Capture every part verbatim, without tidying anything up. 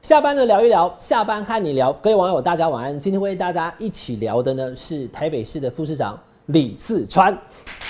下班了聊一聊，下班和你聊，各位网友大家晚安。今天为大家一起聊的呢是台北市的副市长李四川。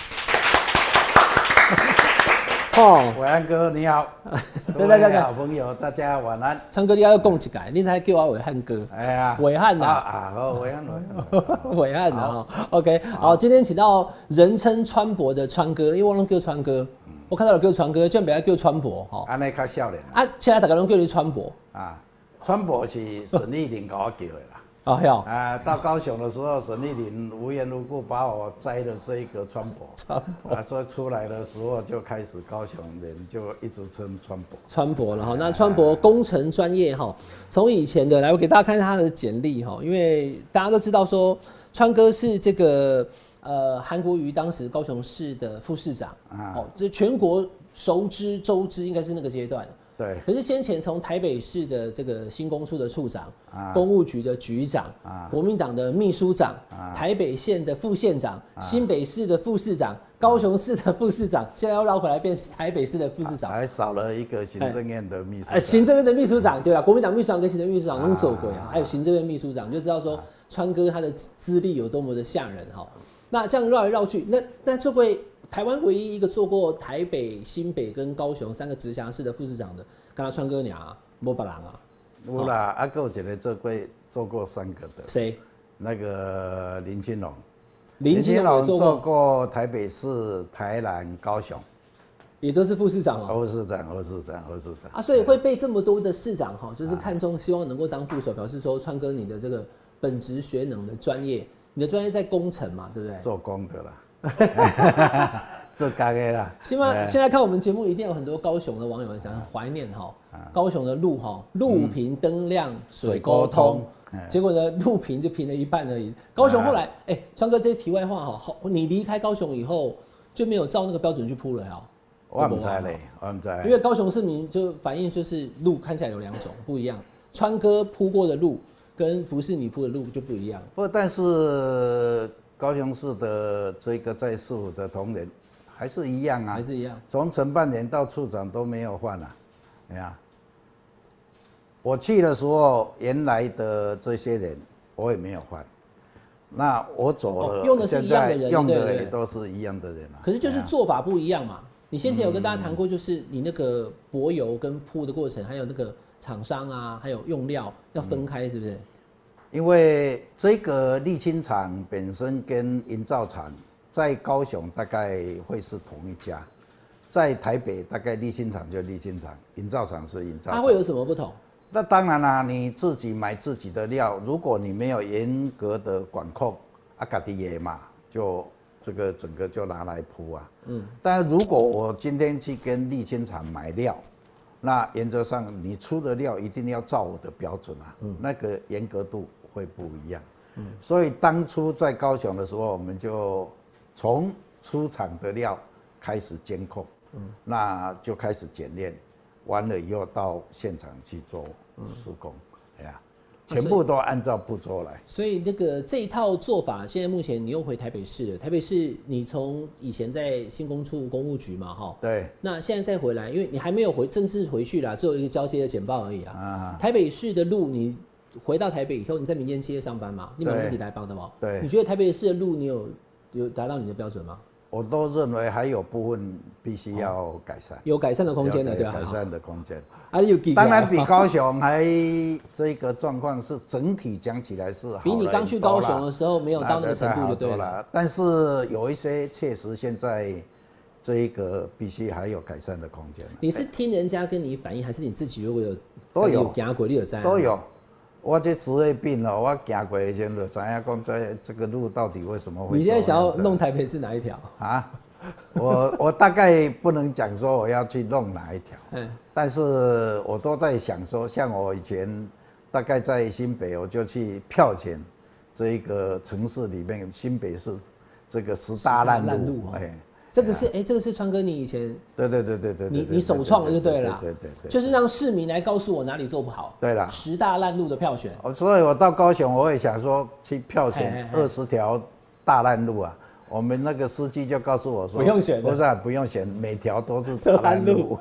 哦，伟安哥你好， 对对对， 好朋友大家晚安。 川哥你要讲一个，你才叫我伟汉哥。 哎呀， 伟汉呐， 啊，好，伟汉，伟汉， 伟汉呐。OK， 好，今天请到人称川博的川哥，因为我拢叫川哥。我看到了叫川哥，居然不要叫川博哈。 安尼较少年啊，现在大家拢叫你川博啊。川博是沈丽玲给我叫的啦。 哦哟。 啊，到高雄的时候，沈丽玲无缘无故把我摘了这一个川博。 川博。 啊，所以出来的时候就开始高雄人就一直称川博。 川博了哈，那川博工程专业哈，从以前的来，我给大家看他的简历哈，因为大家都知道说川哥是这个。呃，韩国瑜当时高雄市的副市长，啊，哦，这全国熟知周知，应该是那个阶段。 对。 可是先前从台北市的这个新公处的处长，啊，公务局的局长，啊，国民党的秘书长，啊，台北县的副县长，啊，新北市的副市长，高雄市的副市长，现在要绕回来变台北市的副市长， 还少了一个行政院的秘书长。 哎，行政院的秘书长，对吧？国民党秘书长跟行政秘书长都走过啊，还有行政院秘书长，就知道说川哥他的资历有多么的吓人哈。那这样绕来绕去，那那作为台湾唯一一个做过台北、新北跟高雄三个直辖市的副市长的，刚才川哥俩啊，没别人啊， 有啦，啊，还有一个做过做过三个的， 谁？ 那个林清龙， 林清龙做过台北市、台南、高雄， 也都是副市长哦。 副市长，副市长，副市长啊，所以会被这么多的市长哈，就是看中，希望能够当副手，表示说川哥你的这个本职学能的专业。你的专业在工程嘛，对不对？ 做工的啦，做工的啦。 希望现在看我们节目，一定有很多高雄的网友想很怀念哈，高雄的路哈，路平灯亮水沟通，结果呢，路平就平了一半而已。高雄后来，哎、欸，川哥这些题外话哈，你离开高雄以后就没有照那个标准去铺了呀？ 我不知道嘞，我不知道。 因为高雄市民就反映就是路看起来有两种不一样，川哥铺过的路。跟不是你铺的路就不一样。 不，但是高雄市的这个在市府的同仁还是一样啊， 还是一样。 从承办人到处长都没有换啊，哎呀，我去的时候，原来的这些人我也没有换。那我走了， 哦、用的是一样的人， 用的也都是一样的人啊。 可是就是做法不一样嘛。你先前有跟大家谈过，就是你那个柏油跟铺的过程，还有那个。厂商啊，还有用料要分开，是不是？嗯、 因为这个沥青厂本身跟营造厂在高雄大概会是同一家，在台北大概沥青厂就沥青厂，营造厂是营造厂。 它会有什么不同？ 那当然啦、啊，你自己买自己的料，如果你没有严格的管控，啊，家己也嘛，就这个整个就拿来铺啊。嗯。但如果我今天去跟沥青厂买料，那原则上，你出的料一定要照我的标准啊，嗯、那个严格度会不一样。嗯、所以当初在高雄的时候，我们就从出厂的料开始监控，嗯、那就开始检验，完了以后到现场去做施工，哎呀、嗯，全部都按照步骤来。 所以那个这一套做法，现在目前你又回台北市了。台北市你从以前在新工处公务局嘛，哈， 对。 那现在再回来，因为你还没有回正式回去啦，只有一个交接的简报而已啊。啊台北市的路，你回到台北以后，你在民间企业上班嘛，你买问题来帮的吗？ 对。 你觉得台北市的路，你有有达到你的标准吗？ 我都认为还有部分必须要改善， 有改善的空间的，对吧？ 改善的空间。 啊，有当然比高雄还这个状况是整体讲起来是好了， 比你刚去高雄的时候没有到那个程度就对了。 但是有一些确实现在这一个必须还有改善的空间。 你是听人家跟你反映，还是你自己如果有都有行过，你有在都有。我这职业病了，我行过以前就知影讲这这个路到底为什么会。 你现在想要弄台北市哪一条啊？我我大概不能讲说我要去弄哪一条，嗯，但是我都在想说，像我以前大概在新北，我就去票选这一个城市里面，新北市这个十大烂路，哎。 这个是哎、欸，这个是川哥你以前对对对对对， 你你首创的就对了， 对对对， 就是让市民来告诉我哪里做不好， 对啦， 十大烂路的票选。 哦，所以我到高雄，我也想说去票选二十条大烂路啊。我们那个司机就告诉我说， 不用选， 不是、啊、不用选，每条都是大烂路。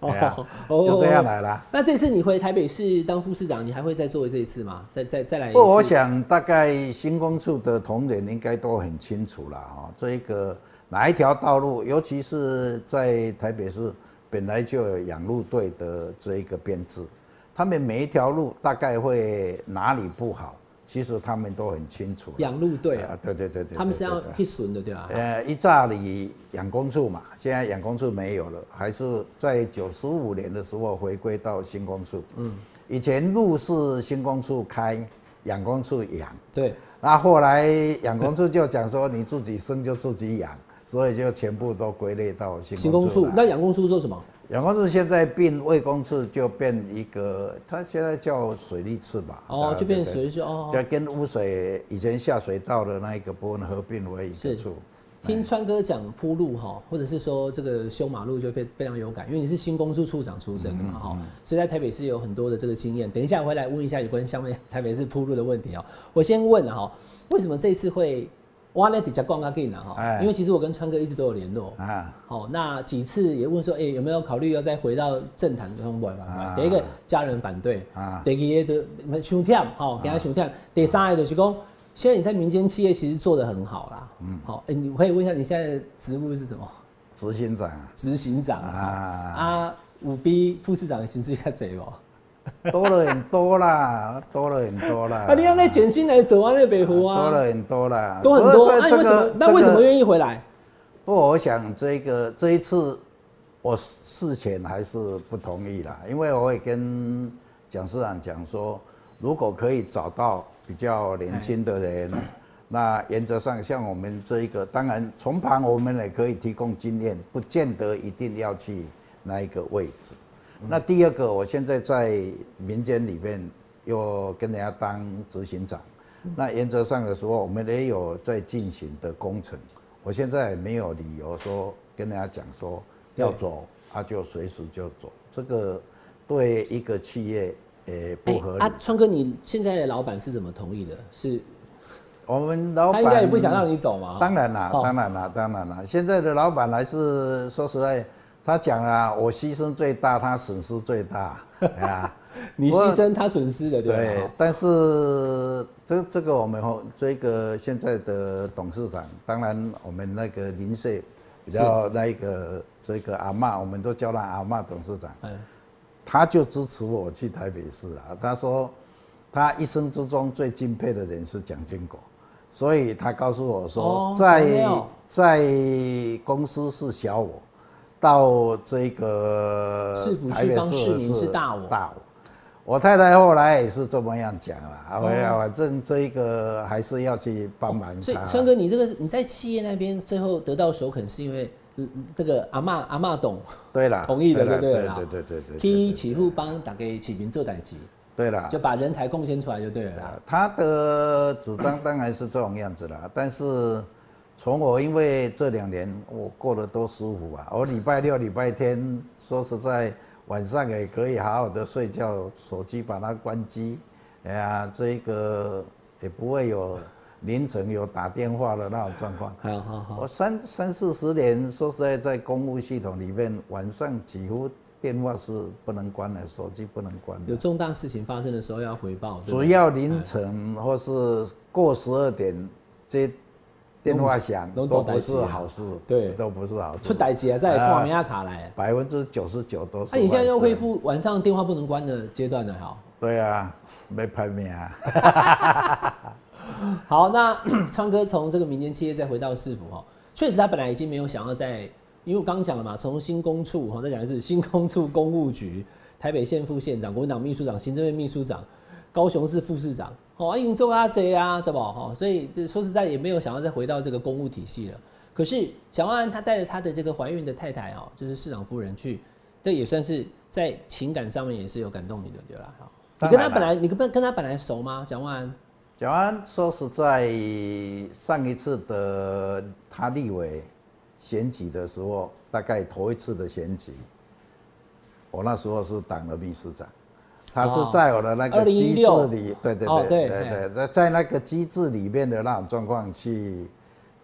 哦，就这样来了。 那这次你回台北市当副市长，你还会再做这一次吗？再再再来一次？ 不，我想大概新工处的同仁应该都很清楚了哈。这一个哪一条道路，尤其是在台北市本来就有养路队的这一个编制，他们每一条路大概会哪里不好。其实他们都很清楚。 养路队啊， 对对对对， 他们是要去巡的，对吧？ 呃，一乍里养工处嘛，现在养工处没有了，还是在九十五年的时候回归到新工处。嗯，以前路是新工处开，养工处养。 对。 那后来养工处就讲说，你自己生就自己养，所以就全部都归类到新工处。 新工处，那养工处做什么？ 养工处现在并卫工处就变一个，它现在叫水利处吧？ 哦，就变水利处哦， 就跟污水以前下水道的那一个部分合并为一个处。 听川哥讲铺路哈，或者是说这个修马路就非非常有感，因为你是新工处处长出身的嘛哈，嗯嗯嗯，所以在台北市有很多的这个经验。等一下我会来问一下有关下面台北市铺路的问题哦。我先问哈，为什么这次会？我呢比较逛较紧啦哈，因为其实我跟川哥一直都有联络啊。好，那几次也问说，哎、欸，有没有考虑要再回到政坛中不？啊、第一个家人反对，啊、第二个就伤忝，哈，给他伤忝。第三个就是讲，现在你在民间企业其实做得很好啦。嗯，好，哎、欸，你可以问一下你现在的职务是什么？ 执行长。 执行长啊啊，有比副市长的薪水较济不？ 多了很多啦，多了很多啦。 啊，你要那减薪来走啊，那北湖啊， 多了很多啦， 多很多。那、 这个、 为什么？那为什么愿意回来？ 不，我想这个这一次，我事前还是不同意啦，因为我也跟蒋市长讲说，如果可以找到比较年轻的人，那原则上像我们这一个，当然从旁我们也可以提供经验，不见得一定要去那一个位置。那第二个，我现在在民间里面又跟人家当执行长，那原则上的时候，我们也有在进行的工程。我现在也没有理由说跟人家讲说要走，他、啊、就随时就走，这个对一个企业呃不合理。 欸、啊，川哥，你现在的老板是怎么同意的？是， 我们老板他应该也不想让你走嘛。 当然啦，哦、当然啦，当然啦。现在的老板还是说实在。他讲啊，我牺牲最大，他损失最大，哎呀， 你牺牲他损失的，对吧？ 对，但是这这个我们这个现在的董事长，当然我们那个邻舍比较那一个这个阿嬷，我们都叫他阿嬷董事长，嗯，他就支持我去台北市啊。他说他一生之中最敬佩的人是蒋经国，所以他告诉我说，哦、在在公司是小我。到这个市府去帮市民是大我， 大我。我太太后来也是这么样讲了，哦、反正这一个还是要去帮忙他。 所以川哥，你这个你在企业那边最后得到首肯，是因为这个阿嬷阿嬷懂， 对啦， 同意的，对不对？ 对对对对对。 替起户帮大家起民做代志， 对啦， 就把人才贡献出来就对了啦。 他的主张当然是这种样子啦，但是。从我因为这两年我过得多舒服啊！我礼拜六、礼拜天，说实在晚上也可以好好的睡觉，手机把它关机，哎呀，这个也不会有凌晨有打电话的那种状况。 好好好， 我三三四十年，说实在，在公务系统里面，晚上几乎电话是不能关的，手机不能关的。 有重大事情发生的时候要回报， 只要凌晨或是过十二点这。电话响都不是好事， 对， 都不是好事。 出代志啊，再挂名卡来， 百分之九十九都是。 那、啊、你现在又恢复晚上电话不能关的阶段了，哈。 对啊，没拍命啊。 好，那川哥从这个民间企业再回到市府哈，确实他本来已经没有想要在，因为我刚讲了嘛，从新工处哈，再讲的是新工处公务局、台北县副县长、国民党秘书长、行政院秘书长、高雄市副市长。哦，因为做阿贼啊，对吧？哈，所以这说实在也没有想要再回到这个公务体系了。可是蒋万安他带着他的这个怀孕的太太哦，就是市长夫人去，这也算是在情感上面也是有感动你的，对啦。你跟他本来你跟跟他本来熟吗？蒋万安？ 蒋万安说实在，上一次的他立委选举的时候，大概头一次的选举，我那时候是党的秘书长。他是在我的那个机制里，对对对对对，在在那个机制里面的那种状况去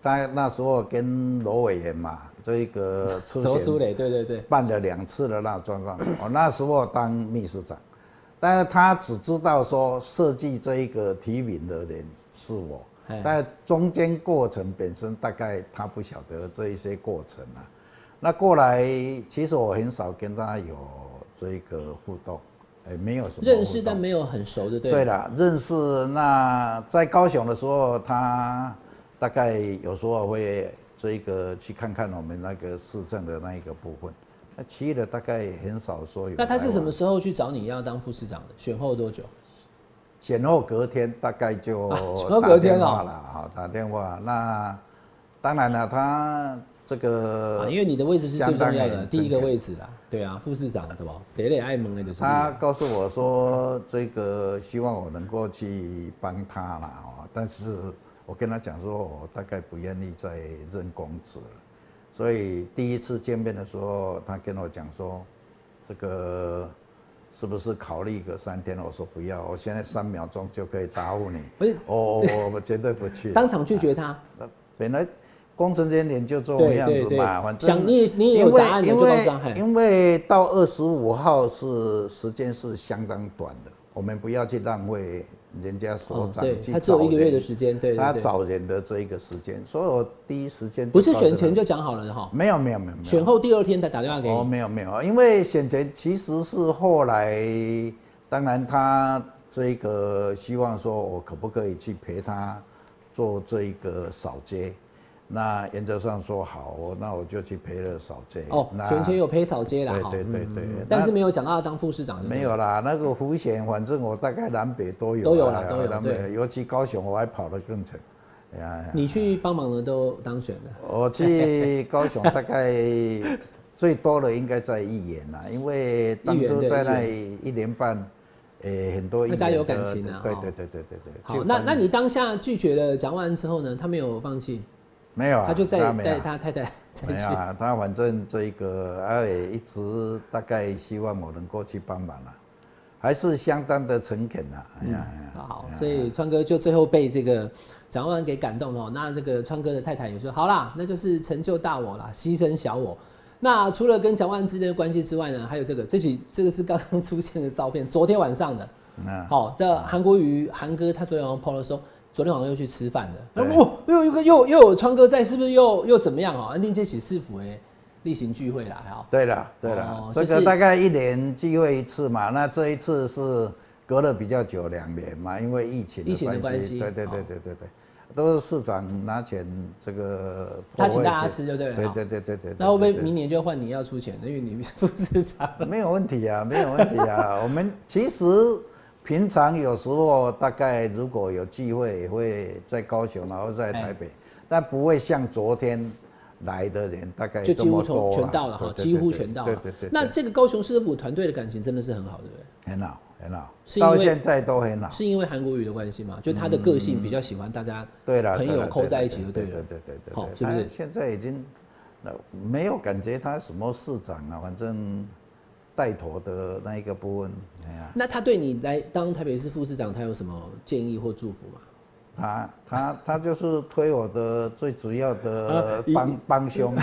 他那时候跟罗委员嘛，这个出罗书磊，对对对， 办了两次的那状况。我那时候当秘书长，但是他只知道说设计这一个提名的人是我，但中间过程本身大概他不晓得这一些过程啊。那过来，其实我很少跟他有这个互动，哎，没有什么认识，但没有很熟的，对。 对了，认识。那在高雄的时候，他大概有时候会这个去看看我们那个市政的那一个部分。那其余的大概很少说有。 那他是什么时候去找你要当副市长的？选后多久？ 选后隔天大概就打电话了，好、哦、打电话。那当然了，他。这个、 啊，因为你的位置是最重要的，第一个位置啦，对啊，副市长对吧？得嘞爱蒙的就是。 他告诉我说，这个希望我能够去帮他啦，哦，但是我跟他讲说，我大概不愿意再任公职了。所以第一次见面的时候，他跟我讲说，这个是不是考虑个三天？我说不要，我现在三秒钟就可以答复你。不是，我我我绝对不去。 当场拒绝他。 本来。工程监研就这种样子嘛，反正想你你也有答案的就告诉他。 因为到二十五号是时间是相当短的，我们不要去浪费人家所长去找人， 他只有一个月的时间，对， 他找人的这一个时间，所以我第一时间不是选前就讲好了哈， 没有没有没有， 选后第二天才打电话给你。 哦，没有没有，因为选前其实是后来，当然他这个希望说我可不可以去陪他做这一个扫街。那原则上说好，那我就去陪了扫街。 哦，选前有陪扫街啦， 对对对对、嗯。 但是没有讲到当副市长。 没有啦，那个浮选，反正我大概南北都有。 都有啦，都有。对， 尤其高雄我还跑得更长。 你去帮忙的都当选了。 我去高雄大概最多的应该在议员啦，因为当初在那一年半，诶，很多议员大家有感情啊。 对对对对对对。 好，那那你当下拒绝了蒋万安之后呢？他没有放弃。 没有啊， 他就带带他太太再去。 没有啊，他反正这个他也一直大概希望我能够去帮忙啊，还是相当的诚恳啊。哎呀， 嗯、好，所以川哥就最后被这个蒋万安给感动了。那这个川哥的太太也说，好啦，那就是成就大我啦，牺牲小我。那除了跟蒋万安之间的关系之外呢，还有这个，这起这个是刚刚出现的照片，昨天晚上的。嗯、好，这韩国瑜韩哥他昨天晚上 P O 的时候。昨天晚上又去吃饭了，哦，又又又又有川哥在，是不是又又怎么样啊？安定这起市府诶例行聚会啦，哈。 对了对了、哦，这个大概一年聚会一次嘛，那这一次是隔了比较久两年嘛，因为疫情的关系。 对对对对对对，都是市长拿钱这个。 他请大家吃就对了。 对对对对对。 那会不会明年就换你要出钱？因为你副市长。 没有问题啊，没有问题啊，我们其实。平常有时候大概如果有机会也会在高雄，然后在台北，但不会像昨天来的人大概就几乎全到了哈，几乎全到了。 对对对。 那这个高雄市政府团队的感情真的是很好，对不对？ 很好，很好，到现在都很好。 是因为韩国瑜的关系吗？就他的个性比较喜欢大家对了朋友扣在一起就对了。 对对对对。 好，是不是？ 现在已经没有感觉他什么市长啊，反正。带头的那一个部分，哎呀， 那他对你来当台北市副市长，他有什么建议或祝福吗？ 他他他就是推我的最主要的帮帮凶。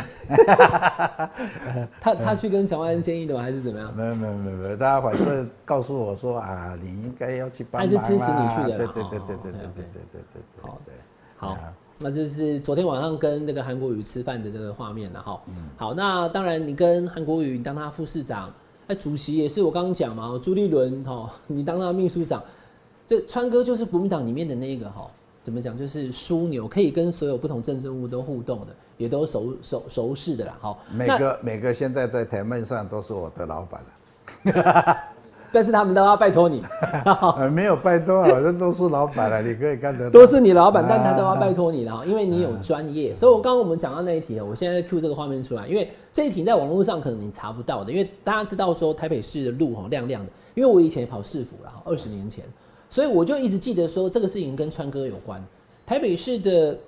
他他去跟蒋万安建议的吗？还是怎么样？ 没有没有没有没有，他反正告诉我说啊，你应该要去帮忙啦。 他是支持你去的。 对对对对对对对对对对。 好对，好。那就是昨天晚上跟那个韩国瑜吃饭的这个画面了哈。好，那当然你跟韩国瑜，你当他副市长。那主席也是我刚刚讲嘛，朱立伦哈，你当他秘书长，这川哥就是国民党里面的那个哈，怎么讲就是枢纽，可以跟所有不同政治人物都互动的，也都熟熟熟识的啦哈。 每个每个现在在台面上都是我的老板了。 但是他们都要拜托你， 没有拜托，好像都是老板了，你可以看得到。 都是你老板，但他都要拜托你了，因为你有专业。所以，我刚刚我们讲到那一题，我现在 Q 这个画面出来，因为这一题在网络上可能你查不到的，因为大家知道说台北市的路哈亮亮的，因为我以前也跑市府了，二十年前，所以我就一直记得说这个事情跟川哥有关。台北市的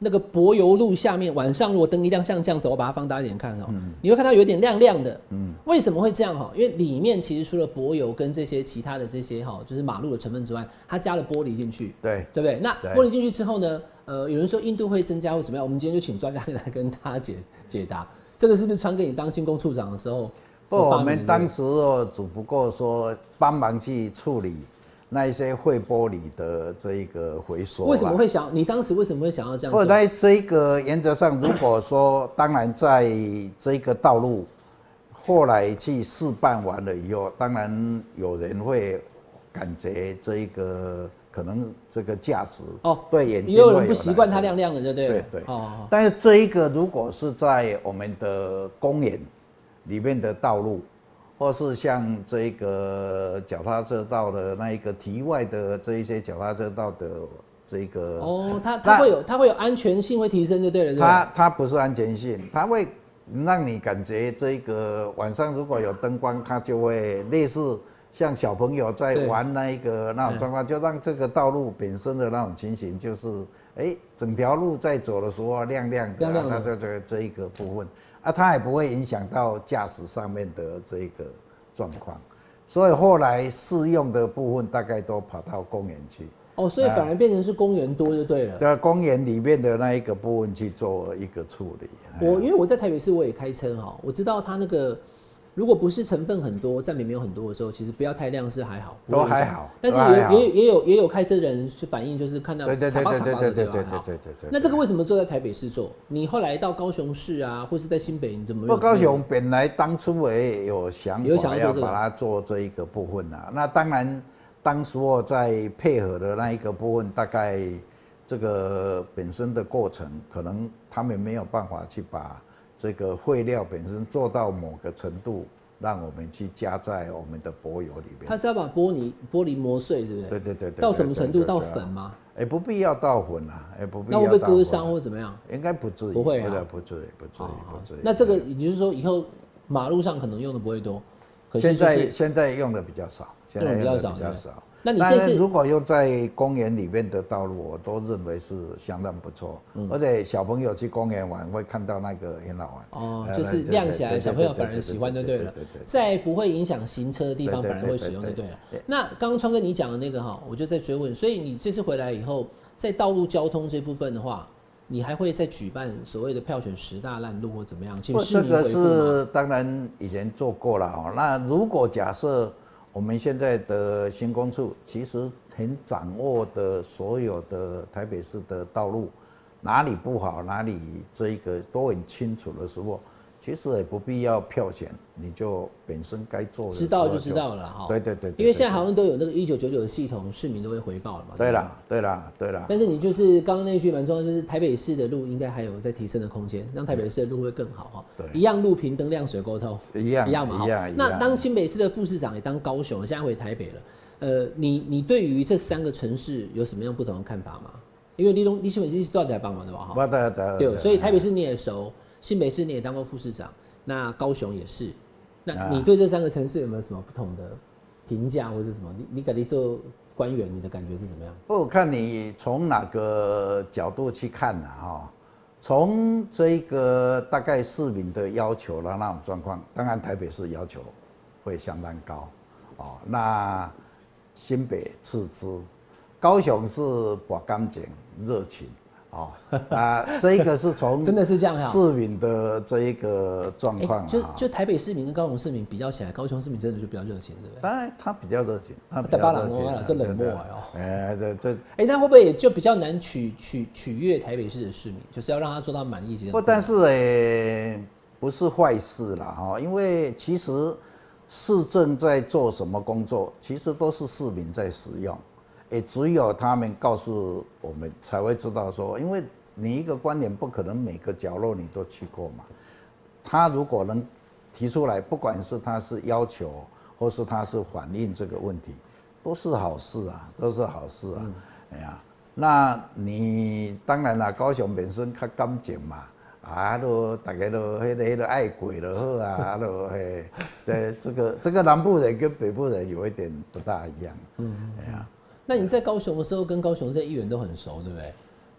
那个柏油路下面，晚上如果灯一亮，像这样子，我把它放大一点看哦、喔，嗯、你会看到有点亮亮的。嗯，为什么会这样哈？因为里面其实除了柏油跟这些其他的这些哈，就是马路的成分之外，它加了玻璃进去。 对， 对不对？那玻璃进去之后呢？呃，有人说硬度会增加或怎么样？我们今天就请专家来跟大家解解答。这个是不是川哥你当新工处长的时候？ 不，我们当时哦，只不过说帮忙去处理那一些废玻璃的这一个回收。 为什么会想？你当时为什么会想要这样做？ 不，在这个原则上，如果说当然在这个道路后来去试办完了以后，当然有人会感觉这一个可能这个驾驶哦，对眼睛也有人不习惯它亮亮的，对不对？ 对对。哦。但是这一个如果是在我们的公园里面的道路，或是像这个脚踏车道的那一个题外的这一些脚踏车道的这个哦，它它会有它会有安全性会提升就对了，对吧？ 它它不是安全性，它会让你感觉这个晚上如果有灯光，它就会类似像小朋友在玩那一个那种状况，就让这个道路本身的那种情形，就是哎、欸，整条路在走的时候亮亮的， 亮亮的， 它就这这一个部分。啊，它也不会影响到驾驶上面的这个状况，所以后来适用的部分大概都跑到公园去。 哦，所以反而变成是公园多就对了。 对，公园里面的那一个部分去做一个处理。 我因为我在台北市我也开车哈，我知道它那个如果不是成分很多、占比没有很多的时候，其实不要太亮是还好， 都还好。 但是也也也有也有开车的人去反映，就是看到对对对对对对对对对对。 那这个为什么坐在台北市做？你后来到高雄市啊，或是在新北，你怎么？ 不，高雄本来当初也有想法要把它做这一个部分啊。那当然，当时我在配合的那一个部分，大概这个本身的过程，可能他们没有办法去把这个废料本身做到某个程度，让我们去加在我们的柏油里面。 它是要把玻璃玻璃磨碎，是不是？ 对对对对。 到什么程度？到粉吗？ 哎、欸，不必要到粉啊，哎、欸，不必要。 那会不会割伤或怎么样？ 应该不至于。 不会啊， 不至于，不至于，不至于。 那这个也就是说，以后马路上可能用的不会多。可是、就是、现在现在用的比较少， 用的比较少， 比较少。 那你这次如果用在公园里面的道路，我都认为是相当不错。嗯、而且小朋友去公园玩会看到那个很好玩。 哦，就是亮起来，小朋友反而喜欢就对了。在不会影响行车的地方，反而会使用就对了。那刚刚川哥你讲的那个哈，我就在追问，所以你这次回来以后，在道路交通这部分的话，你还会再举办所谓的票选十大烂路或怎么样？请市民回复吗？ 这个是当然以前做过了哦。那如果假设我们现在的新工处其实很掌握的所有的台北市的道路，哪里不好，哪里这一个都很清楚的时候，其实也不必要票选，你就本身该做的知道就知道了哈。 对对 对, 對, 對, 對， 因为现在好像都有那个一九九九的系统，市民都会回报了嘛。 对啦，对啦，对啦。 但是你就是刚刚那一句蛮重要，就是台北市的路应该还有在提升的空间，让台北市的路会更好哈。对，一样路平灯亮水沟通， 一样一样嘛。 一样。 那当新北市的副市长也当高雄了，现在回台北了。呃，你你对于这三个城市有什么样不同的看法吗？因为你东你新北市是都在帮忙的吧？哈。 对对对。所以台北市你也熟，新北市你也当过副市长。那高雄也是，那你对这三个城市有没有什么不同的评价或是什么？你你感觉做官员，你的感觉是怎么样？ 不，看你从哪个角度去看呐，哈。从这个大概市民的要求的那种状况，当然台北市要求会相当高，哦，那新北次之，高雄是把干净热情。哦啊，这一个是从真的是这样哈， 市民的这一个状况、欸， 就就台北市民跟高雄市民比较起来，高雄市民真的就比较热情，对不对？ 当然他比较热情，他在巴朗哦，这冷漠哎哦， 哎对这哎，那会不会也就比较难取取取悦台北市的市民，就是要让他做到满意？ 不，但是哎，不是坏事啦哈，因为其实市政在做什么工作，其实都是市民在使用。也只有他们告诉我们才会知道说，因为你一个观点不可能每个角落你都去过嘛。他如果能提出来，不管是他是要求，或是他是反映这个问题，都是好事啊，都是好事啊。嗯、哎呀，那你当然啦，高雄本身较干净嘛，啊，都大家都迄个迄个爱鬼就好啊，都嘿，这这个这个南部人跟北部人有一点不大一样。嗯，哎呀。 那你在高雄的时候，跟高雄这议员都很熟，对不对？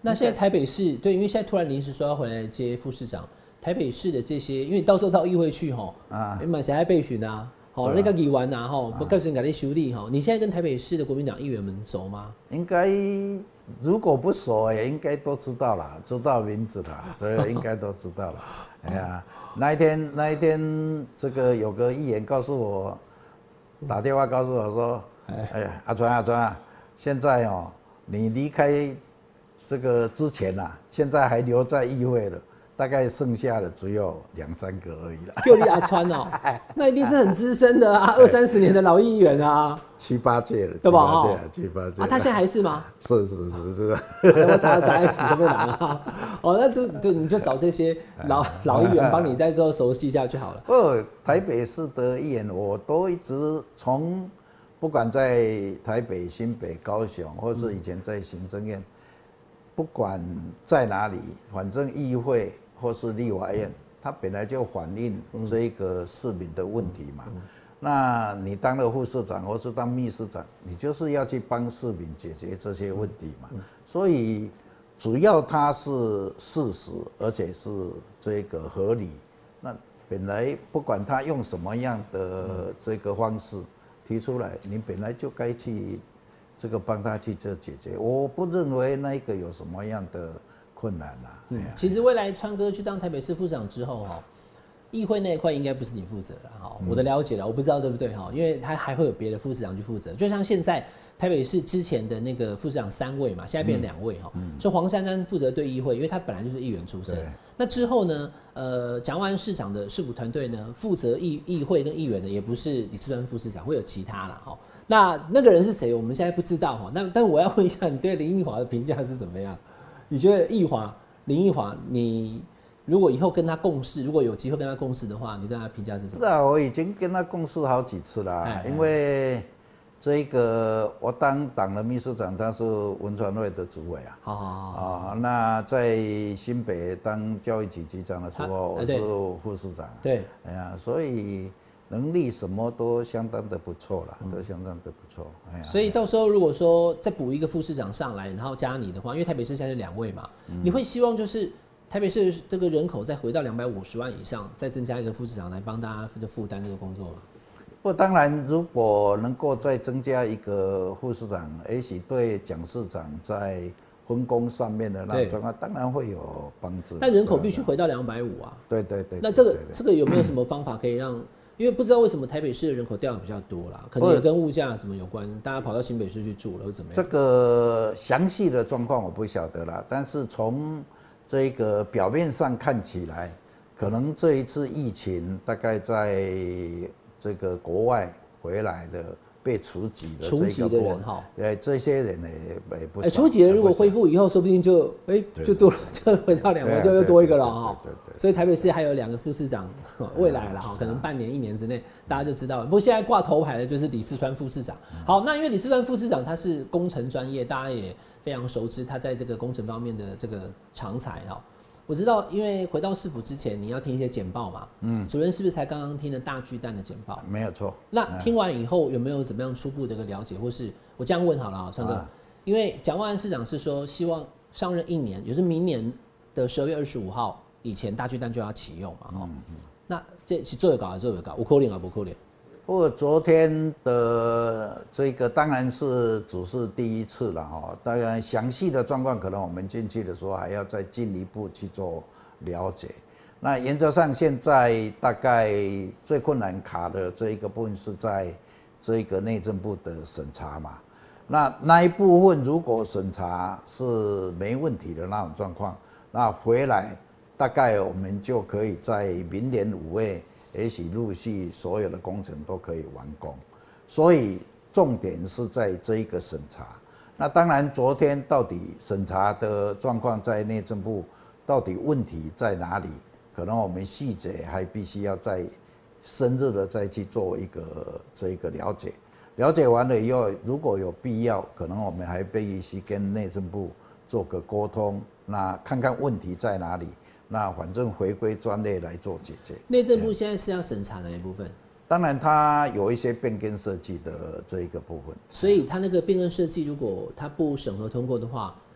那现在台北市对，因为现在突然临时说要回来接副市长，台北市的这些，因为到时候到议会去吼，啊，蛮谁爱备询啊，好、啊、那个议员啊吼，不告诉你改你修理哈。你现在跟台北市的国民党议员们熟吗？ 应该如果不熟也应该都知道啦，知道名字啦，这个应该都知道了。哎呀，那一天那一天这个有个议员告诉我，打电话告诉我说，哎呀阿川阿川啊，现在哦、喔、你离开这个之前啊，现在还留在议会了。大概剩下的只有两三个而已了。 就你阿川哦，那一定是很资深的啊，二三十年的老议员啊， 七八届了， 对吧？ 七八届，七八届。 啊，他现在还是吗？ 是是是是。 我查查一起就被打了。哦，那就对，你就找这些老老议员帮你在之后熟悉一下就好了。 哦，台北市的议员，我都一直从不管在台北、新北、高雄，或是以前在行政院，不管在哪里，反正议会。或是立法院，它本来就反映这个市民的问题嘛。嗯、那你当了副市长或是当秘书长，你就是要去帮市民解决这些问题嘛。嗯、所以只要它是事实，而且是这个合理，那本来不管他用什么样的这个方式提出来，你本来就该去这个帮他去做解决。我不认为那个有什么样的困难啦、啊。 嗯，其实未来川哥去当台北市副市长之后，哈，议会那一块应该不是你负责了，哈，我的了解了，我不知道对不对，哈，因为他还会有别的副市长去负责，就像现在台北市之前的那个副市长三位嘛，现在变两位，哈，就黄珊珊负责对议会，因为他本来就是议员出身，那之后呢，呃，蒋万安市长的市府团队呢，负责议议会跟议员的也不是李四川副市长，会有其他啦，哈，那那个人是谁，我们现在不知道，哈，那但我要问一下，你对林奕华的评价是怎么样？你觉得奕华？林奕华，你如果以后跟他共事，如果有机会跟他共事的话，你对他评价是什么？ 是啊，我已经跟他共事好几次了、啊，因为这个我当党的秘书长，他是文传会的主委啊。好好好。啊，那在新北当教育局局长的时候，我是副市长。 对。 哎呀，所以能力什么都相当的不错啦，嗯、都相当的不错。哎呀， 所以到时候如果说再补一个副市长上来，然后加你的话，因为台北市现在是两位嘛，嗯、你会希望就是台北市这个人口再回到两百五十万以上，再增加一个副市长来帮大家负担这个工作吗？ 不，当然，如果能够再增加一个副市长，也许对蒋市长在分工上面的那状况，当然会有帮助。 但人口必须回到两百五啊。 对对对。 那这个这个有没有什么方法可以让？因为不知道为什么台北市的人口掉的比较多啦，可能也跟物价什么有关，大家跑到新北市去住了，或怎么样？ 这个详细的状况我不晓得啦，但是从这个表面上看起来，可能这一次疫情大概在这个国外回来的被除籍的除籍的人哈， 哎，这些人呢也不少。哎， 除籍人如果恢复以后，说不定就哎就多就回到两位，就又多一个了哈。对对。所以台北市还有两个副市长，未来了哈，可能半年一年之内大家就知道了。不过现在挂头牌的就是李四川副市长。好，那因为李四川副市长他是工程专业，大家也非常熟知他在这个工程方面的这个长才哈。我知道，因为回到市府之前，你要听一些简报嘛。嗯，主任是不是才刚刚听了大巨蛋的简报？ 没有错。 那听完以后有没有怎么样初步的一个了解，或是我这样问好了啊，川哥，啊、因为蒋万安市长是说希望上任一年，也就是明年的十二月二十五号以前，大巨蛋就要启用嘛。嗯嗯。那这是做得搞还是做得搞？有可能啊，不可能。 不过昨天的这个当然是只是第一次了哈，当然详细的状况可能我们进去的时候还要再进一步去做了解。那原则上现在大概最困难卡的这一个部分是在这个内政部的审查嘛。那那一部分如果审查是没问题的那种状况，那回来大概我们就可以在明年五月。也许陆续所有的工程都可以完工，所以重点是在这一个审查。那当然，昨天到底审查的状况在内政部到底问题在哪里？可能我们细节还必须要再深入的再去做一个这一个了解。了解完了以后，如果有必要，可能我们还必须跟内政部做个沟通，那看看问题在哪里。那反正回归专业来做解决。 内政部现在是要审查哪一部分？ 当然，它有一些变更设计的这一个部分。 所以它那个变更设计，如果它不审核通过的话，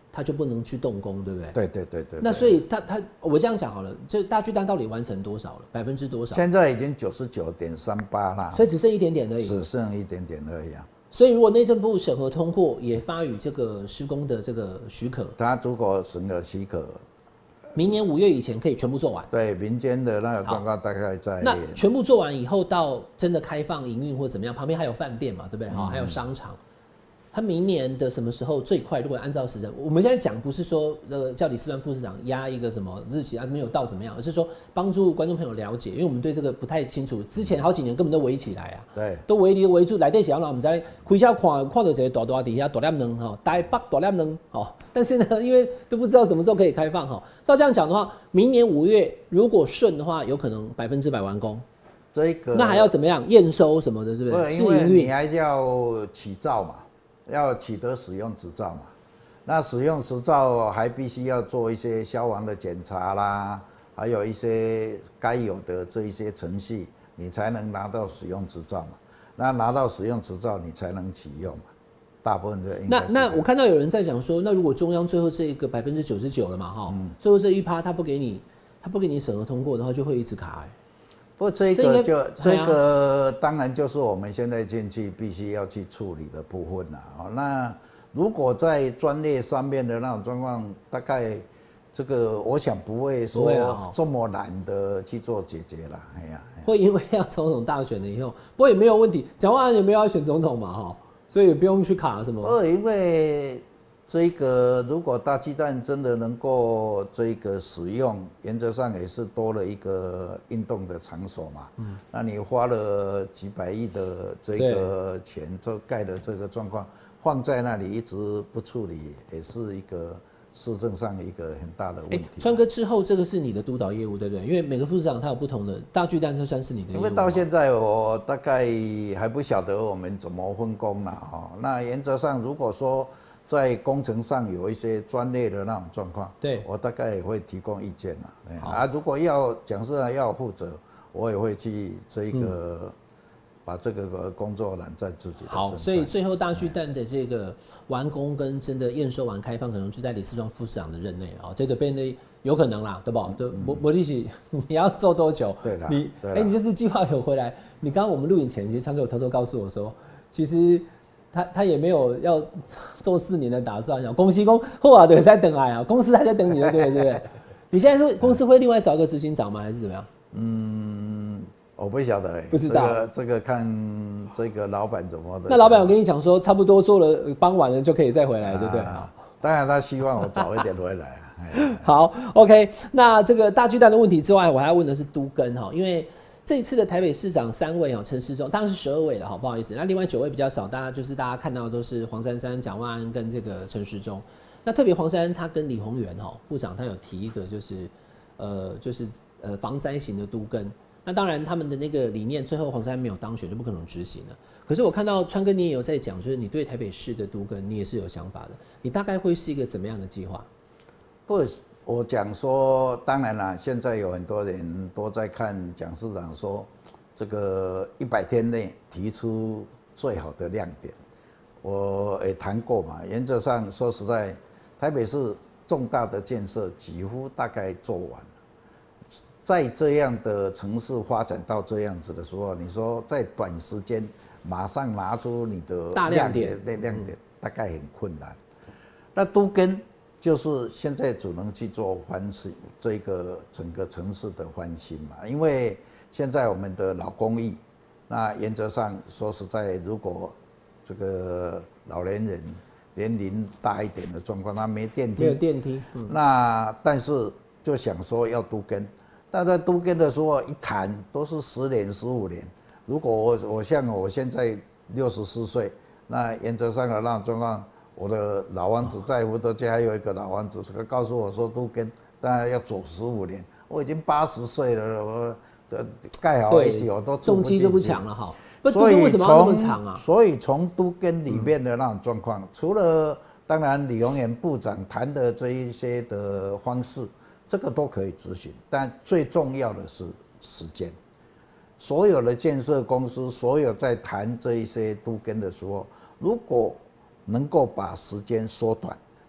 他就不能去动工，对不对？ 对对对 对, 对。 那所以他他我这样讲好了，这大巨蛋到底完成多少了？百分之多少？ 现在已经九十九点三八啦， 所以只剩一点点而已。 只剩一点点而已啊。 所以如果内政部审核通过，也发予这个施工的这个许可， 他如果审核许可， 明年五月以前可以全部做完。 对，民间的那个状况大概在那全部做完以后，到真的开放营运或怎么样，旁边还有饭店嘛，对不对？好、嗯，还有商场。他明年的什么时候最快？如果按照时程，我们现在讲不是说呃叫李四川副市长压一个什么日期啊，没有到怎么样，而是说帮助观众朋友了解，因为我们对这个不太清楚。之前好几年根本都围起来啊， 对， 都围篱围住，来底想让我们在开销看看到这个大大底下大量能哈，台北大量能哦，但是呢，因为都不知道什么时候可以开放哈。照这样讲的话，明年五月如果顺的话，有可能百分之百完工。 这个那还要怎么样验收什么的，是不是？ 不，因为你还要起造嘛。要取得使用执照嘛，那使用执照还必须要做一些消防的检查啦，还有一些该有的这一些程序，你才能拿到使用执照嘛。那拿到使用执照，你才能启用嘛。大部分的应该是这样。 那那我看到有人在讲说，那如果中央最后这个百分之九十九了嘛，哈、嗯，最后这一趴他不给你，他不给你审核通过的话，就会一直卡、欸。 不过这个就这个当然就是我们现在进去必须要去处理的部分啦。哦，那如果在专业上面的那种状况，大概这个我想不会说这么难的去做解决啦。哎呀， 会因为要总统大选了以后，不过也没有问题。蒋万安也没有要选总统嘛，哈，所以也不用去卡什么。 不，因为这个如果大巨蛋真的能够这个使用，原则上也是多了一个运动的场所嘛。嗯，那你花了几百亿的这个钱，就盖的这个状况，放在那里一直不处理，也是一个市政上一个很大的问题。 川哥之后，这个是你的督导业务，对不对？因为每个副市长他有不同的，大巨蛋这算是你的业务。 因为到现在我大概还不晓得我们怎么分工了哈。那原则上，如果说在工程上有一些专业的那种状况， 对我大概也会提供意见啦。啊，如果要讲是要负责，我也会去这一个、嗯、把这个工作揽在自己的身上。 好，所以最后大巨蛋的这个完工跟真的验收完开放，可能就在李四川副市长的任内啊，这个变得有可能啦，对不？对、嗯，我我利息你要做多久？ 对啦， 你哎、欸，你这次计划有回来？你刚刚我们录影前，其实川哥有偷偷告诉我说，其实。他他也没有要做四年的打算，公司公后啊对在等来啊，公司还在等你的，对不对？你现在说公司会另外找一个执行长吗？还是怎么样？ 嗯，我不晓得嘞， 不知道、 这个、这个看这个老板怎么的。 那老板我跟你讲说，差不多做了傍晚了就可以再回来，对不对？啊， 当然他希望我早一点回来啊。 好 ，OK， 那这个大巨蛋的问题之外，我还要问的是都更哈，因为。这一次的台北市长三位哦，陈时中当然是十二位了哈，不好意思，那另外九位比较少，大家就是大家看到的都是黄珊珊、蒋万安跟这个陈时中。那特别黄珊珊他跟李鸿源哈部长他有提一个就是呃就是呃防灾型的都更，那当然他们的那个理念最后黄珊珊没有当选就不可能执行了。可是我看到川哥你也有在讲，就是你对台北市的都更你也是有想法的，你大概会是一个怎么样的计划？ 不。我讲说，当然啦，现在有很多人都在看蒋市长说，这个一百天内提出最好的亮点。我也谈过嘛，原则上说实在，台北市重大的建设几乎大概做完了。在这样的城市发展到这样子的时候，你说在短时间马上拿出你的大亮点， 亮点、嗯、大概很困难。那都跟就是现在只能去做翻新这个整个城市的翻新嘛，因为现在我们的老公寓，那原则上说实在，如果这个老年人年龄大一点的状况，他没电梯， 没有电梯，嗯、 那但是就想说要都更，但在都更的时候一谈都是十年、十五年。如果我我像我现在六十四岁，那原则上的那种状况。我的老王子在福德街还有一个老王子，他告诉我说都更，当然要走十五年。我已经八十岁了，我盖好一些我都住不进去， 动机就不强了哈。所以为什么要那么长啊？ 所以从都更里面的那种状况，嗯、除了当然李鸿源部长谈的这一些的方式，这个都可以执行，但最重要的是时间。所有的建设公司，所有在谈这一些都更的时候，如果能够把时间缩短，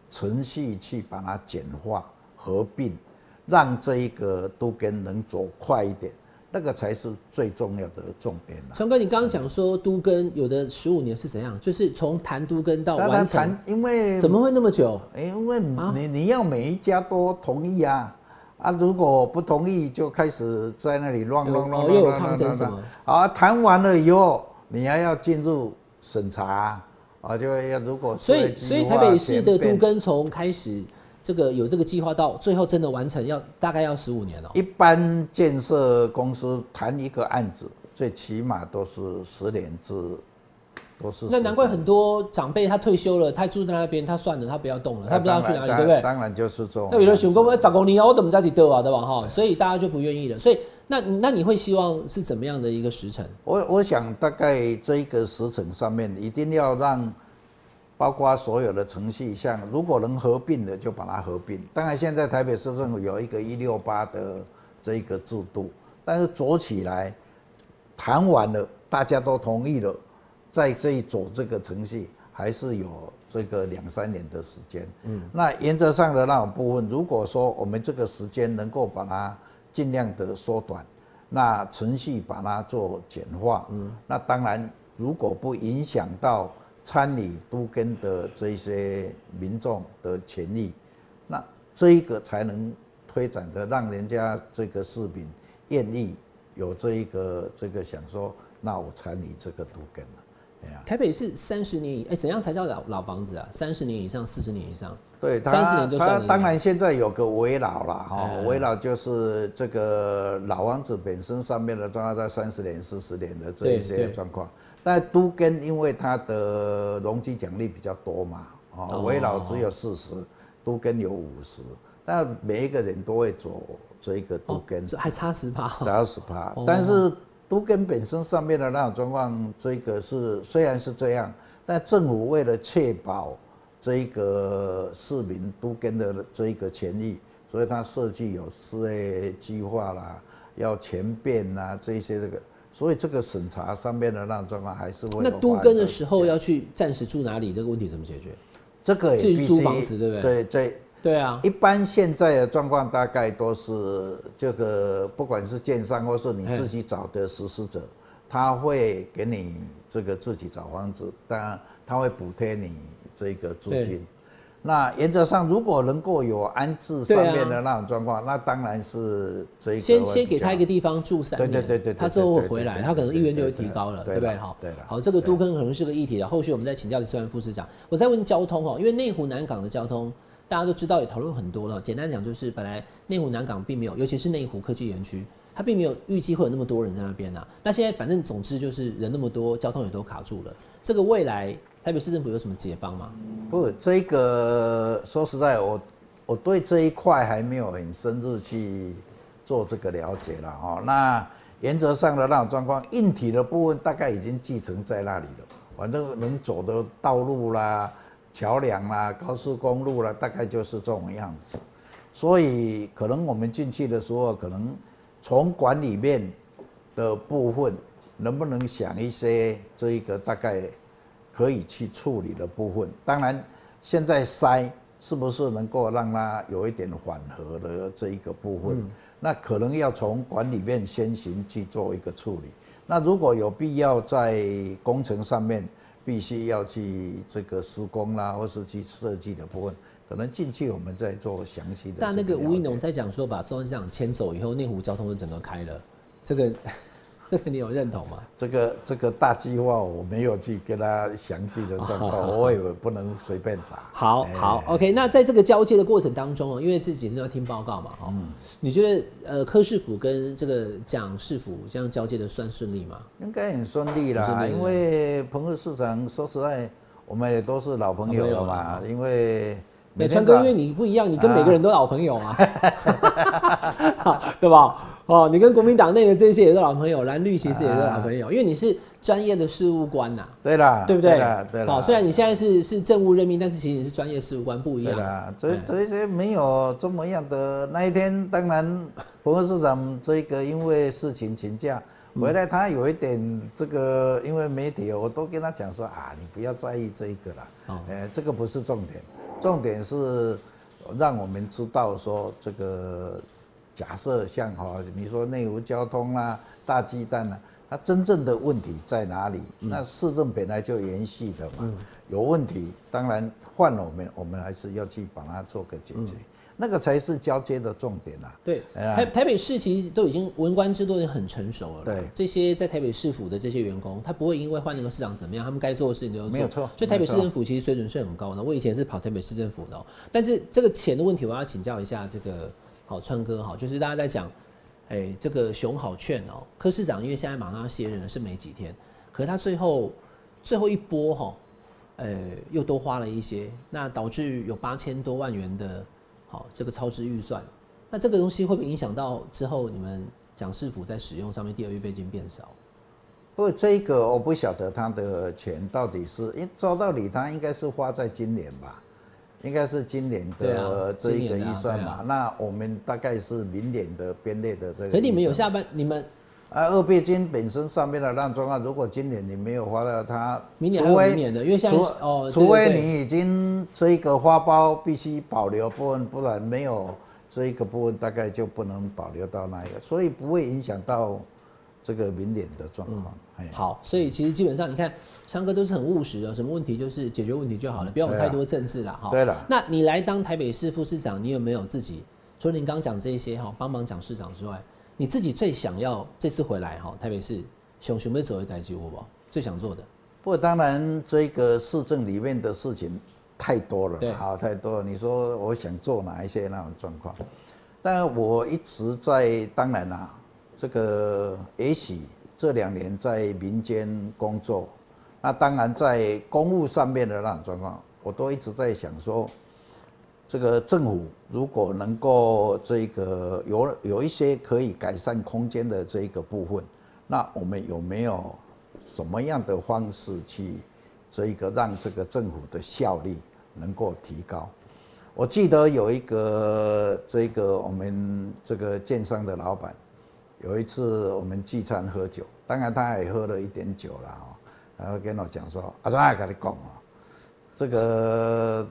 程序去把它简化合并，让这一个都更能走快一点。那个才是最重要的重点啦。 强哥，你刚刚讲说都更有的十五年是怎样？就是从谈都更到完成， 因为怎么会那么久？ 因为你、啊、你要每一家都同意啊啊！如果不同意，就开始在那里乱乱乱乱。 又有抗争什么？ 啊，谈完了以后，你还要进入审查啊，就要如果所以所以台北市的都更从开始。这个有这个计划到最后真的完成要大概要十五年哦。 一般建设公司谈一个案子，最起码都是十年至，都是。 那难怪很多长辈他退休了，他住在那边，他算了，他不要动了，他不知道去哪里，对不对？ 当然就是这种。 那有的想说，我十五年我怎么在地得啊，对吧？哈，所以大家就不愿意了。所以那那你会希望是怎么样的一个时程？ 我我想大概这一个时程上面一定要让。包括所有的程序，像如果能合并的就把它合并。当然，现在台北市政府有一个一六八的这一个制度，但是走起来，谈完了，大家都同意了，在这一走这个程序，还是有这个两三年的时间。嗯，那原则上的那种部分，如果说我们这个时间能够把它尽量的缩短，那程序把它做简化，嗯，那当然如果不影响到。参与都更的这些民众的权益，那这一个才能推展的，让人家这个市民愿意有这一个这个想说，那我参与这个都更了。 台北市三十年以，哎、欸，怎样才叫老老房子啊？三十年以上，四十年以上？ 对， 三十年就算了。 它当然现在有个危老啦，哈，危老就是这个老房子本身上面的状况在三十年、四十年的这一些状况。但都更因为它的容积奖励比较多嘛，哦，危老只有四十，都更有五十，但每一个人都会走这一个都更， 哦、还差十趴， 差十趴。但是都更本身上面的那种状况，这个是虽然是这样，但政府为了确保这一个市民都更的这一个权益，所以它设计有四 A 计划啦，要全变啦这一些这个。所以这个审查上面的那种状况还是会。 那都更的时候要去暂时住哪里？这个问题怎么解决？ 这个也必须租房子，对不对？ 对对对啊。 一般现在的状况大概都是这个，不管是建商或是你自己找的实施者，他会给你这个自己找房子，当然他会补贴你这个租金。那原则上，如果能够有安置上面的那种状况，啊、那当然是这一个先先给他一个地方住三年， 对对对对， 他之后会回来，他可能意愿就会提高了，对不对？好， 对了， 好，这个都更可能是个议题了。后续我们再请教李思源副市长。我再问交通哦，因为内湖南港的交通大家都知道，也讨论很多了。简单讲就是，本来内湖南港并没有，尤其是内湖科技园区，它并没有预计会有那么多人在那边啊。那现在反正总之就是人那么多，交通也都卡住了。这个未来台北市政府有什么解方吗？ 不，这个说实在，我我对这一块还没有很深入去做这个了解了哈。那原则上的那种状况，硬体的部分大概已经继承在那里了，反正能走的道路啦、桥梁啦、高速公路啦，大概就是这种样子。所以可能我们进去的时候，可能从管理面的部分，能不能想一些这一个大概可以去处理的部分？当然，现在塞是不是能够让它有一点缓和的这一个部分？嗯、那可能要从管理面先行去做一个处理。那如果有必要在工程上面必须要去这个施工啦，或是去设计的部分，可能进去我们再做详细的。 但那个吴怡农在讲说，把中央机场迁走以后，内湖交通就整个开了，这个。这个你有认同吗？ 这个这个大计划我没有去跟他详细的状况，我也不能随便打。 好，好 ，OK。那在这个交接的过程当中哦，因为这几天都要听报告嘛，哦，嗯、你觉得呃柯市府跟这个蒋市府这样交接的算顺利吗？ 应该很顺利啦，因为澎湖市长说实在，我们也都是老朋友了嘛，因为。 美川哥，因为你不一样，你跟每个人都老朋友啊，啊对吧？哦，你跟国民党内的这些也是老朋友，蓝绿其实也是老朋友，啊、因为你是专业的事务官呐、啊。 对啦， 对不对？ 对啦，对啦。 好，虽然你现在是是政务任命，但是其实你是专业事务官，不一样。 对啦，所以这些没有这么样的。那一天，当然，澎湖市长这个因为事情请假回来，他有一点这个，因为媒体我都跟他讲说啊，你不要在意这一个啦，哦，呃，这个不是重点。 重点是让我们知道说这个假设像哈，你说内湖交通啦、啊、大巨蛋啦、啊，它真正的问题在哪里？嗯、那市政本来就延续的嘛，嗯、有问题，当然换了我们，我们还是要去把它做个解决。嗯那个才是交接的重点啊！ 对，台台北市其实都已经文官制度已经很成熟了。对，这些在台北市府的这些员工，他不会因为换了个市长怎么样，他们该做的事情都要做。 没有错。 就台北市政府其实水准是很高的。我以前是跑台北市政府的、喔，但是这个钱的问题，我要请教一下这个好川哥哈，就是大家在讲，哎、欸，这个熊好券哦、喔，柯市长因为现在马上要卸任了，是没几天，可是他最后最后一波哈，呃、欸，又多花了一些，那导致有八千多万元的。好，这个超支预算，那这个东西会不会影响到之后你们蒋市府在使用上面第二预备金变少？ 不过这个我不晓得他的钱到底是，因为照道理他应该是花在今年吧，应该是今年的这一个预算嘛。啊啊、那我们大概是明年的编列的这个。 可你们有下半你们？ 啊，二备金本身上面的让状况，如果今年你没有花到它， 明年还有明年的，因为现在哦， 除非你已经这一个花包必须保留部分，不然没有这一个部分，大概就不能保留到那一个，所以不会影响到这个明年的状况。 嗯、好，所以其实基本上你看，川哥都是很务实的，什么问题就是解决问题就好了，不要有太多政治啦。哈、啊。 对了， 那你来当台北市副市长，你有没有自己除了您刚讲这些哈，帮忙蒋市长之外？你自己最想要这次回来哈，台北市想想要做的代志有无？最想做的？ 不过当然，这个市政里面的事情太多了，好太多了。你说我想做哪一些那种状况？但我一直在，当然啦、啊，这个也许这两年在民间工作，那当然在公务上面的那种状况，我都一直在想说。这个政府如果能够这个有有一些可以改善空间的这一个部分，那我们有没有什么样的方式去这一个让这个政府的效率能够提高？我记得有一个这个我们这个建商的老板，有一次我们聚餐喝酒，当然他也喝了一点酒了哦，然后跟我讲说：“阿庄，我跟你讲哦，这个。”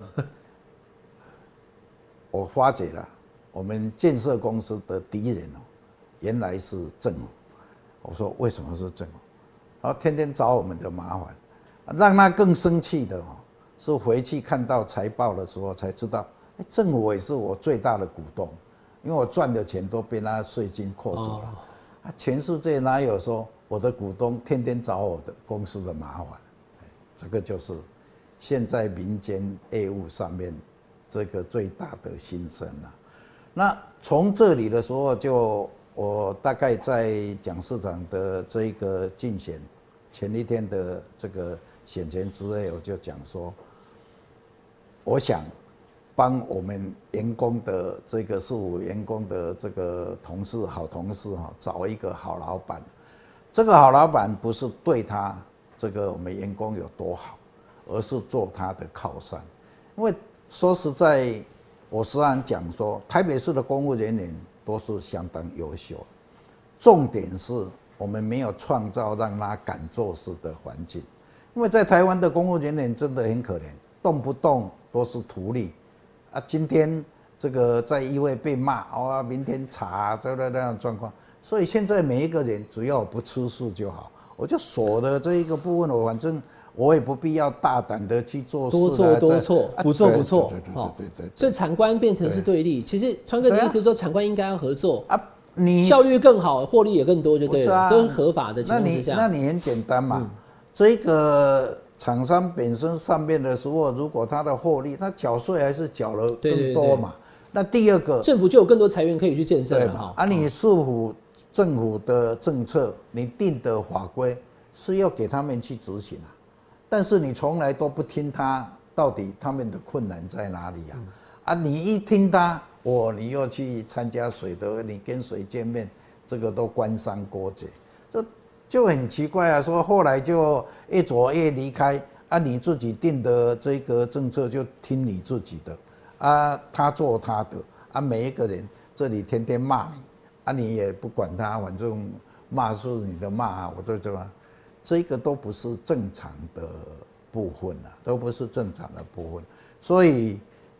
我发觉了，我们建设公司的敌人哦，原来是政府。我说为什么是政府？然后天天找我们的麻烦，让他更生气的哦，是回去看到财报的时候才知道，哎，政府也是我最大的股东，因为我赚的钱都被他税金扣走了。啊，全世界哪有说我的股东天天找我的公司的麻烦？这个就是现在民间业务上面。这个最大的心声了。那从这里的时候就，我大概在蒋市长的这一个竞选前一天的这个选前之夜，我就讲说，我想帮我们员工的这个事务员工的这个同事好同事哈，找一个好老板。这个好老板不是对他这个我们员工有多好，而是做他的靠山，因为。说实在，我时常讲说，台北市的公务人员都是相当优秀，重点是我们没有创造让他敢做事的环境。因为在台湾的公务人员真的很可怜，动不动都是图利啊。今天这个在议会被骂啊，明天查这个那样状况，所以现在每一个人只要不出事就好，我就锁的这一个部分，我反正。我也不必要大胆的去做事， 多做多错，不做不错， 对对对对。 所以产官变成是对立。其实川哥的意思是说，产官应该要合作啊， 你效率更好，获利也更多，就对了，都是合法的情况之下。 那你那你很简单嘛，这个厂商本身上面的时候，如果他的获利，他缴税还是缴了更多嘛。那第二个， 政府就有更多财源可以去建设嘛。啊，你市府政府的政策，你定的法规是要给他们去执行啊。但是你从来都不听他，到底他们的困难在哪里啊？嗯、啊，你一听他，哦，你又去参加水德，你跟谁见面，这个都官商勾结，就就很奇怪啊。说后来就越左越离开啊，你自己定的这个政策就听你自己的啊，他做他的啊，每一个人这里天天骂你啊，你也不管他，反正骂是你的骂啊，我就这样。这个都不是正常的部分啊，都不是正常的部分，所以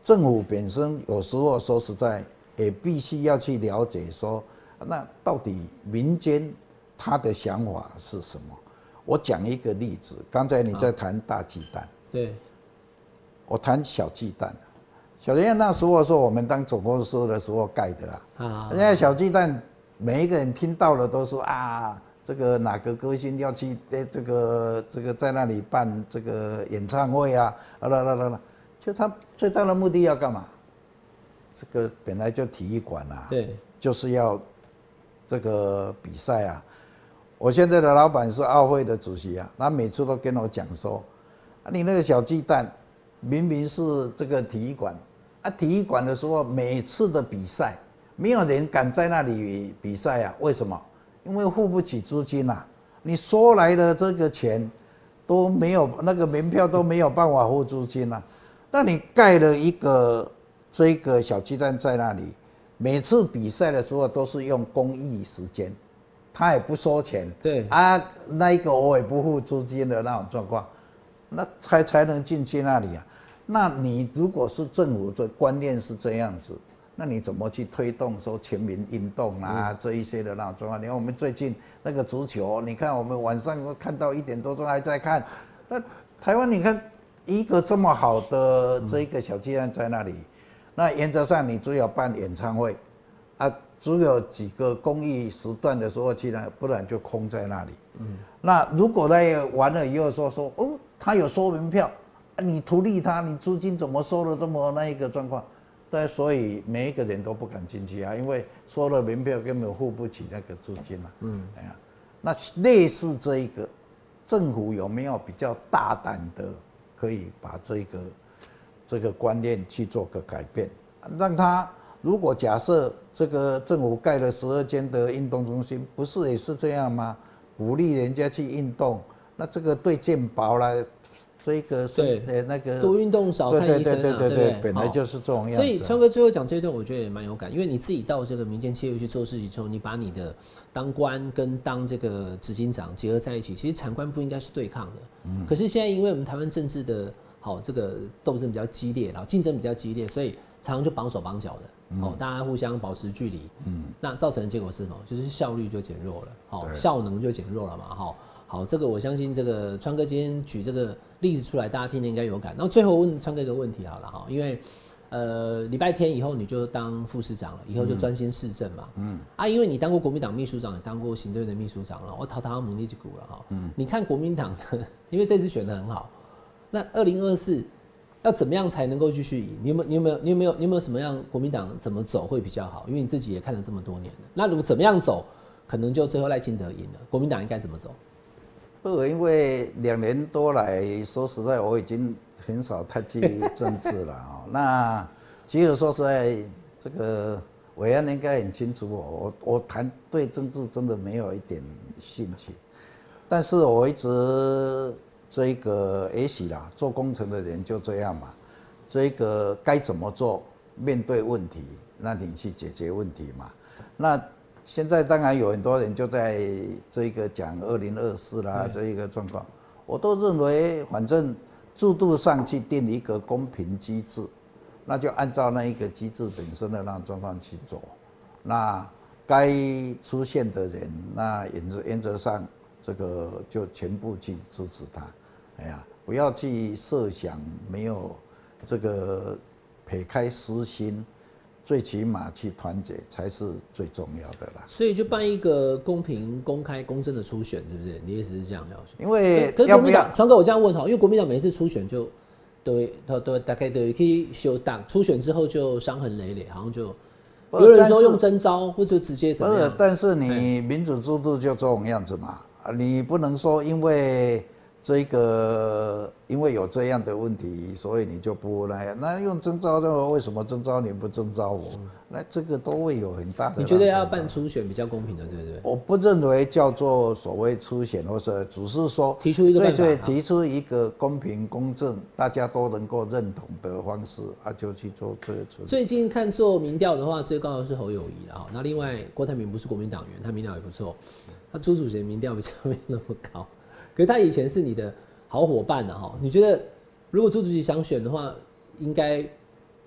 政府本身有时候说实在也必须要去了解说，那到底民间他的想法是什么？我讲一个例子，刚才你在谈大鸡蛋， 对， 我谈小鸡蛋。小鸡蛋那时候说我们当总公司的时候盖的啊，啊，现在小鸡蛋每一个人听到了都说啊，这个哪个歌星要去这个这个在那里办这个演唱会啊，啊啦啦啦啦，就他最大的目的要干嘛？这个本来就体育馆啊， 对， 就是要这个比赛啊。我现在的老板是奥会的主席啊，他每次都跟我讲说，啊，你那个小鸡蛋明明是这个体育馆。啊，体育馆的时候，每次的比赛，没有人敢在那里比赛啊？为什么？因为付不起租金啊！你收来的这个钱都没有，那个门票都没有办法付租金啊。那你盖了一个这个小鸡蛋在那里，每次比赛的时候都是用公益时间，他也不收钱。 对啊，那一个我也不付租金的那种状况，那才才能进去那里啊。那你如果是政府的观念是这样子，那你怎么去推动说全民运动啊、嗯、这一些的那种状况？你看我们最近那个足球，你看我们晚上看到一点多钟还在看，那台湾你看一个这么好的这一个小鸡蛋在那里，嗯、那原则上你只有办演唱会，啊，只有几个公益时段的时候去呢，不然就空在那里。嗯，那如果呢完了以后说说哦，他有收门票。你图利他，你租金怎么收了这么那一个状况？对，所以每一个人都不敢进去啊，因为收了门票根本付不起那个租金啊。嗯，哎呀，那类似这一个，政府有没有比较大胆的，可以把这个这个观念去做个改变，让他如果假设这个政府盖了十二间的运动中心，不是也是这样吗？鼓励人家去运动，那这个对健保来。这个是呃那个多运动少看医生啊， 对对对对对， 本来就是这种样子、啊。 所以川哥最后讲这一段，我觉得也蛮有感，因为你自己到这个民间企业去做事情之后，你把你的当官跟当这个执行长结合在一起，其实产官不应该是对抗的。嗯。可是现在因为我们台湾政治的好这个斗争比较激烈，然后竞争比较激烈，所以常常就绑手绑脚的，嗯、哦，大家互相保持距离，嗯，那造成的结果是什么？就是效率就减弱了，好、哦，效能就减弱了嘛，哈、哦。好，这个我相信这个川哥今天举这个例子出来，大家听得应该有感。然后最后问川哥一个问题好了哈，因为呃礼拜天以后你就当副市长了，以后就专心市政嘛。嗯。啊，因为你当过国民党秘书长，也当过行政院的秘书长了，我讨讨母尼几股了哈。嗯。你看国民党的，因为这次选得很好，那二零二四要怎么样才能够继续赢？你有没有你有没有你有没有你有没有什么样国民党怎么走会比较好？因为你自己也看了这么多年了，那如果怎么样走，可能就最后赖清德赢了，国民党应该怎么走？ 不，因为两年多来说实在，我已经很少太去政治了啊。那其实说实在，这个伟安应该很清楚我，我我谈对政治真的没有一点兴趣。但是我一直这个也许啦，做工程的人就这样嘛，这个该怎么做，面对问题，那你去解决问题嘛。那现在当然有很多人就在这个讲二零二四啦，这一个状况，我都认为反正制度上去定一个公平机制，那就按照那一个机制本身的那种状况去走。那该出现的人，那原则原则上这个就全部去支持他。哎呀，不要去设想没有这个撇开私心。最起码去团结才是最重要的啦。 所以就办一个公平、公开、公正的初选，是不是？你的意思是这样要？ 因为可是国民党，川哥我这样问哈，因为国民党每次初选就都都都大概都可以修党，初选之后就伤痕累累，好像就有人说用征召或者直接怎么样？ 但是你民主制度就这种样子嘛，你不能说因为。这个因为有这样的问题，所以你就不来。那用征召的话，为什么征召你不征召我？那这个都会有很大的。 你觉得要办初选比较公平的，对不对？ 我不认为叫做所谓初选，或是只是说提出一个办法， 对对，提出一个公平公正、大家都能够认同的方式啊，就去做这个初选。 最近看做民调的话，最高的是侯友宜了。那另外郭台铭不是国民党员，他民调也不错，他朱主席民调比较没那么高。可是他以前是你的好伙伴啊，哈！你觉得如果朱主席想选的话，应该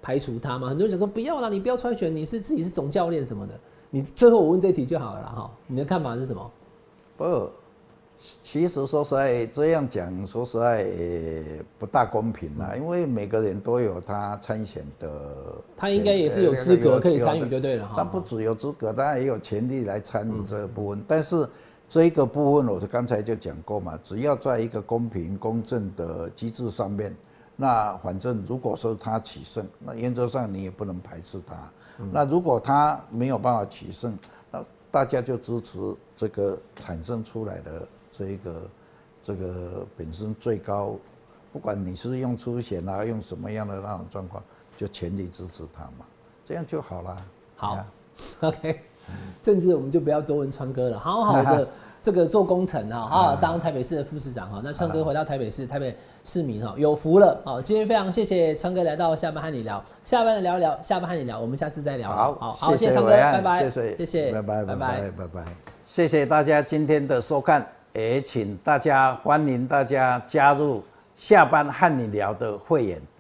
排除他吗？很多人讲说不要啦，你不要参选，你是自己是总教练什么的。你最后我问这一题就好了啦哈，你的看法是什么？ 不，其实说实在这样讲，说实在也不大公平啦，因为每个人都有他参选的， 他应该也是有资格可以参与，就对了哈。 他不只有资格，当然也有权利来参与这个部分。嗯、但是这一个部分，我刚才就讲过嘛，只要在一个公平公正的机制上面，那反正如果说他取胜，那原则上你也不能排斥他。嗯、那如果他没有办法取胜，那大家就支持这个产生出来的这一个这个本身最高，不管你是用初选啊，用什么样的那种状况，就全力支持他嘛，这样就好了。 好 ，OK， 政治我们就不要多问川哥了，好好的这个做工程啊，好好当台北市的副市长哈。那川哥回到台北市，台北市民哈有福了啊！今天非常谢谢川哥来到下班和你聊，下班的聊聊，下班和你聊，我们下次再聊。 好， 好， 好谢谢川哥，拜拜， 谢谢， 谢谢， 拜拜， 拜拜， 拜拜，谢谢大家今天的收看，也请大家欢迎大家加入下班和你聊的会员。